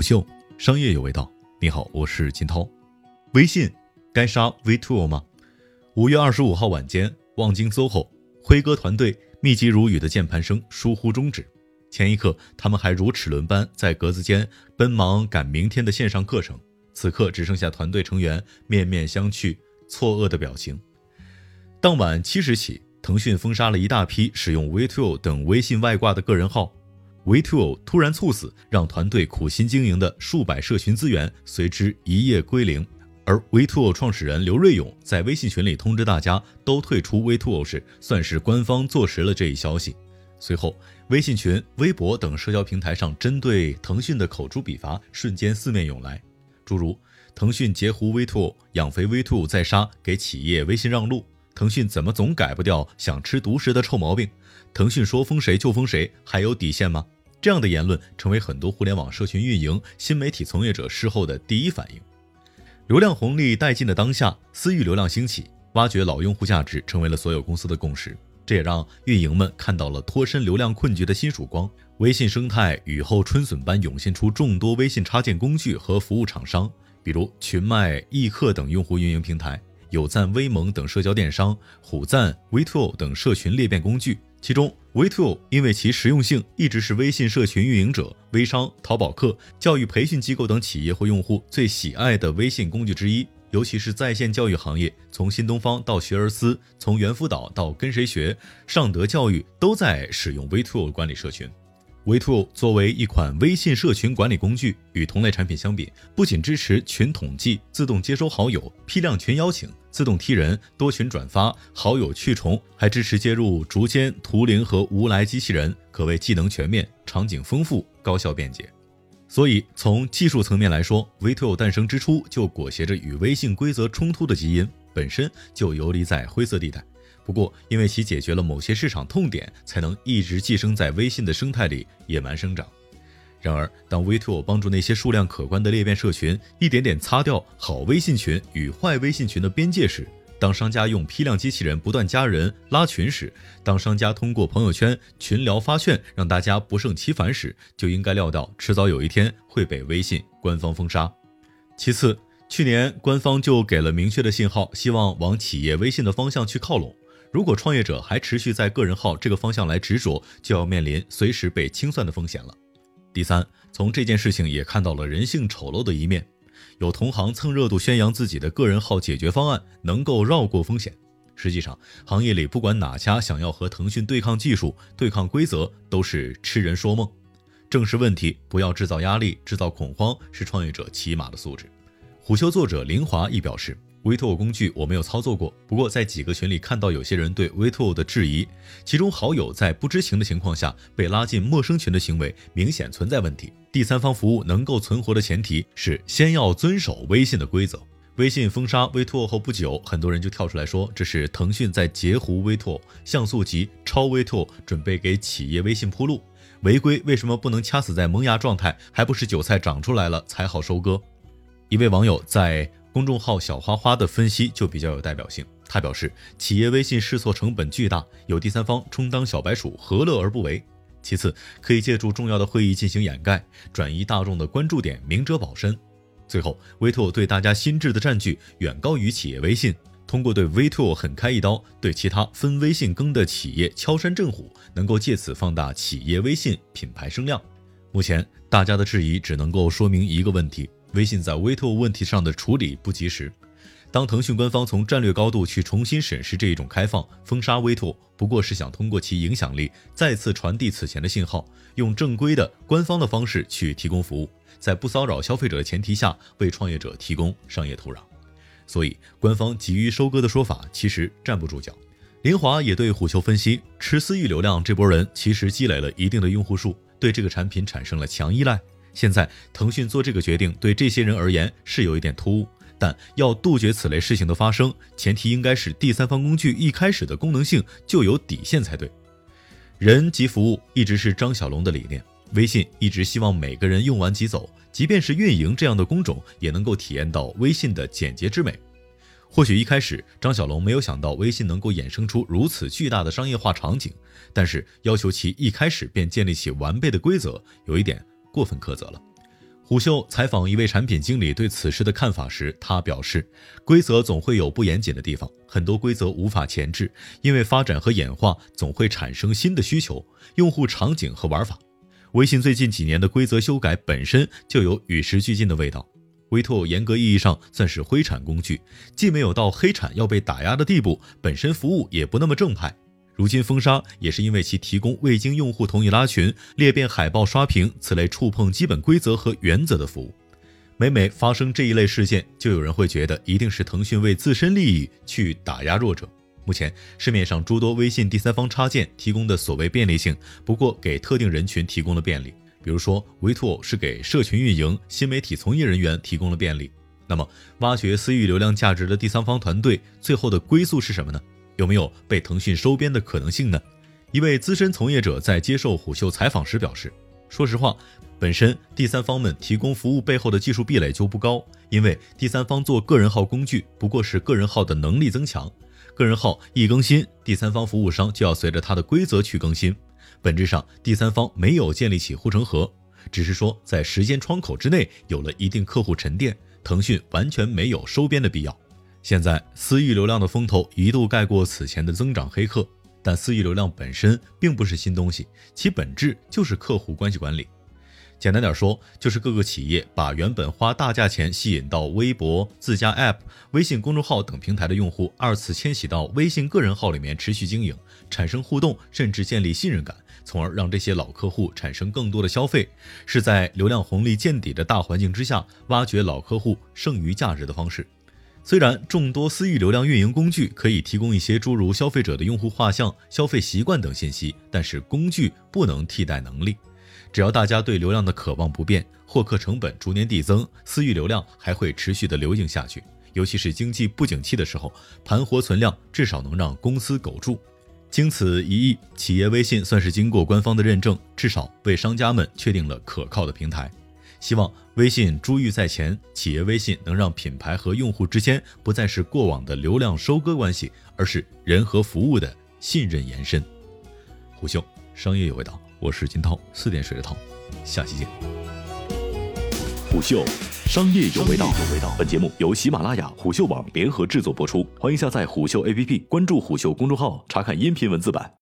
嗅，商业有味道。你好，我是金涛。微信该杀 V2O 吗？5月25号晚间，望京 SOHO， 辉哥团队密集如雨的键盘声疏忽终止。前一刻，他们还如齿轮般在格子间奔忙赶明天的线上课程，此刻只剩下团队成员面面相觑、错愕的表情。当晚7时起，腾讯封杀了一大批使用 V2O 等微信外挂的个人号。V2O 突然猝死，让团队苦心经营的数百社群资源随之一夜归零。而 V2O 创始人刘锐勇在微信群里通知大家都退出 V2O 时，算是官方坐实了这一消息。随后，微信群、微博等社交平台上针对腾讯的口诛笔伐瞬间四面涌来，诸如腾讯截胡 V2O， 养肥 V2O 再杀，给企业微信让路，腾讯怎么总改不掉想吃独食的臭毛病，腾讯说封谁就封谁，还有底线吗？这样的言论成为很多互联网社群运营、新媒体从业者事后的第一反应。流量红利殆尽的当下，私域流量兴起，挖掘老用户价值成为了所有公司的共识。这也让运营们看到了脱身流量困局的新曙光。微信生态雨后春笋般涌现出众多微信插件工具和服务厂商，比如群卖、易客等用户运营平台，有赞、微盟等社交电商，虎赞、V2O 等社群裂变工具。其中 V2O 因为其实用性一直是微信社群运营者、微商、淘宝客、教育培训机构等企业或用户最喜爱的微信工具之一，尤其是在线教育行业，从新东方到学而思，从猿辅导到跟谁学，尚德教育都在使用 V2O 管理社群。V2O 作为一款微信社群管理工具，与同类产品相比，不仅支持群统计、自动接收好友、批量群邀请、自动踢人、多群转发、好友去重，还支持接入竹间、图灵和无来机器人，可谓技能全面、场景丰富、高效便捷。所以从技术层面来说， V2O 诞生之初就裹挟着与微信规则冲突的基因，本身就游离在灰色地带。不过因为其解决了某些市场痛点，才能一直寄生在微信的生态里野蛮生长。然而当 V2O 帮助那些数量可观的裂变社群一点点擦掉好微信群与坏微信群的边界时，当商家用批量机器人不断加人拉群时，当商家通过朋友圈群聊发券让大家不胜其烦时，就应该料到迟早有一天会被微信官方封杀。其次，去年官方就给了明确的信号，希望往企业微信的方向去靠拢。如果创业者还持续在个人号这个方向来执着，就要面临随时被清算的风险了。第三，从这件事情也看到了人性丑陋的一面，有同行蹭热度宣扬自己的个人号解决方案能够绕过风险。实际上，行业里不管哪家想要和腾讯对抗技术、对抗规则，都是痴人说梦。正视问题，不要制造压力、制造恐慌，是创业者起码的素质。虎嗅作者林华亦表示，V2O 工具我没有操作过，不过在几个群里看到有些人对 V2O 的质疑，其中好友在不知情的情况下被拉进陌生群的行为明显存在问题。第三方服务能够存活的前提是先要遵守微信的规则。微信封杀 V2O 后不久，很多人就跳出来说这是腾讯在截胡 V2O， 像素级超 V2O， 准备给企业微信铺路。违规为什么不能掐死在萌芽状态，还不是韭菜长出来了才好收割？一位网友在公众号小花花的分析就比较有代表性，他表示企业微信试错成本巨大，有第三方充当小白鼠何乐而不为。其次，可以借助重要的会议进行掩盖，转移大众的关注点，明哲保身。最后， V2O 对大家心智的占据远高于企业微信，通过对 V2O 狠开一刀，对其他分微信羹的企业敲山震虎，能够借此放大企业微信品牌声量。目前大家的质疑只能够说明一个问题，微信在 V2O 问题上的处理不及时。当腾讯官方从战略高度去重新审视这一种开放，封杀 V2O 不过是想通过其影响力再次传递此前的信号，用正规的官方的方式去提供服务，在不骚扰消费者的前提下为创业者提供商业土壤。所以官方急于收割的说法其实站不住脚。林华也对虎嗅分析，吃私域流量这波人其实积累了一定的用户数，对这个产品产生了强依赖。现在腾讯做这个决定对这些人而言是有一点突兀，但要杜绝此类事情的发生，前提应该是第三方工具一开始的功能性就有底线才对。人即服务一直是张小龙的理念，微信一直希望每个人用完即走，即便是运营这样的工种也能够体验到微信的简洁之美。或许一开始张小龙没有想到微信能够衍生出如此巨大的商业化场景，但是要求其一开始便建立起完备的规则，有一点过分苛责了。 虎嗅采访一位产品经理对此事的看法时，他表示，规则总会有不严谨的地方，很多规则无法前置，因为发展和演化总会产生新的需求、用户场景和玩法。微信最近几年的规则修改本身就有与时俱进的味道。V2O 严格意义上算是灰产工具，既没有到黑产要被打压的地步，本身服务也不那么正派。如今封杀也是因为其提供未经用户同意拉群、裂变海报刷屏此类触碰基本规则和原则的服务。每发生这一类事件，就有人会觉得一定是腾讯为自身利益去打压弱者。目前市面上诸多微信第三方插件提供的所谓便利性，不过给特定人群提供了便利。比如说 V2O 是给社群运营、新媒体从业人员提供了便利。那么挖掘私域流量价值的第三方团队最后的归宿是什么呢？有没有被腾讯收编的可能性呢？一位资深从业者在接受虎嗅采访时表示，说实话，本身第三方们提供服务背后的技术壁垒就不高，因为第三方做个人号工具不过是个人号的能力增强，个人号一更新，第三方服务商就要随着它的规则去更新，本质上第三方没有建立起护城河，只是说在时间窗口之内有了一定客户沉淀，腾讯完全没有收编的必要。现在私域流量的风头一度盖过此前的增长黑客，但私域流量本身并不是新东西，其本质就是客户关系管理。简单点说，就是各个企业把原本花大价钱吸引到微博、自家 App、微信公众号等平台的用户，二次迁徙到微信个人号里面持续经营，产生互动，甚至建立信任感，从而让这些老客户产生更多的消费，是在流量红利见底的大环境之下，挖掘老客户剩余价值的方式。虽然众多私域流量运营工具可以提供一些诸如消费者的用户画像、消费习惯等信息，但是工具不能替代能力。只要大家对流量的渴望不变，获客成本逐年递增，私域流量还会持续的流行下去。尤其是经济不景气的时候，盘活存量至少能让公司苟住。经此一役，企业微信算是经过官方的认证，至少为商家们确定了可靠的平台。希望微信珠玉在前，企业微信能让品牌和用户之间不再是过往的流量收割关系，而是人和服务的信任延伸。虎嗅商业有味道，我是金涛，4点水的涛，下期见。 虎嗅商业有味道，本节目由喜马拉雅、虎嗅网联合制作播出，欢迎下载虎嗅 APP， 关注虎嗅公众号，查看音频文字版。